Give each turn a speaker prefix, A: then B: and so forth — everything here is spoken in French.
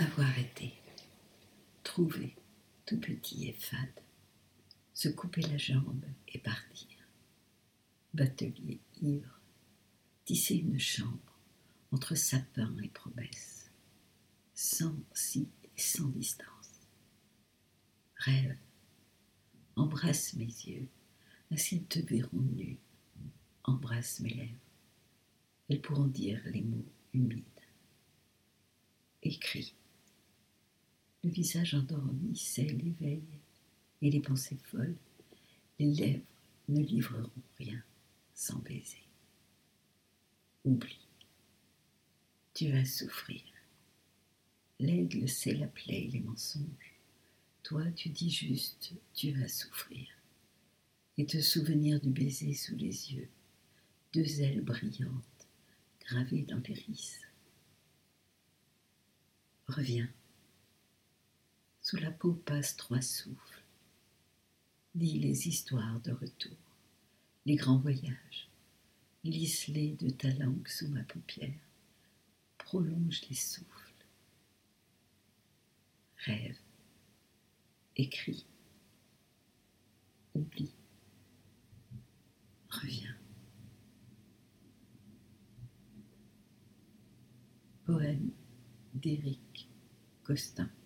A: Avoir été, trouver, tout petit et fade, se couper la jambe et partir. Batelier ivre, tisser une chambre entre sapin et promesse, sans si et sans distance. Rêve, embrasse mes yeux, ainsi ils te verront nu, embrasse mes lèvres, elles pourront dire les mots humides. Écris, le visage endormi sait l'éveil et les pensées folles, les lèvres ne livreront rien sans baiser. Oublie, tu vas souffrir. L'aigle sait la plaie et les mensonges. Toi, tu dis juste, tu vas souffrir. Et te souvenir du baiser sous les yeux, deux ailes brillantes, gravées dans l'iris. Reviens. Sous la peau passent trois souffles. Lis les histoires de retour, les grands voyages. Glisse-les de ta langue sous ma paupière. Prolonge les souffles. Rêve. Écris. Oublie. Reviens. Poème d'Éric Costin.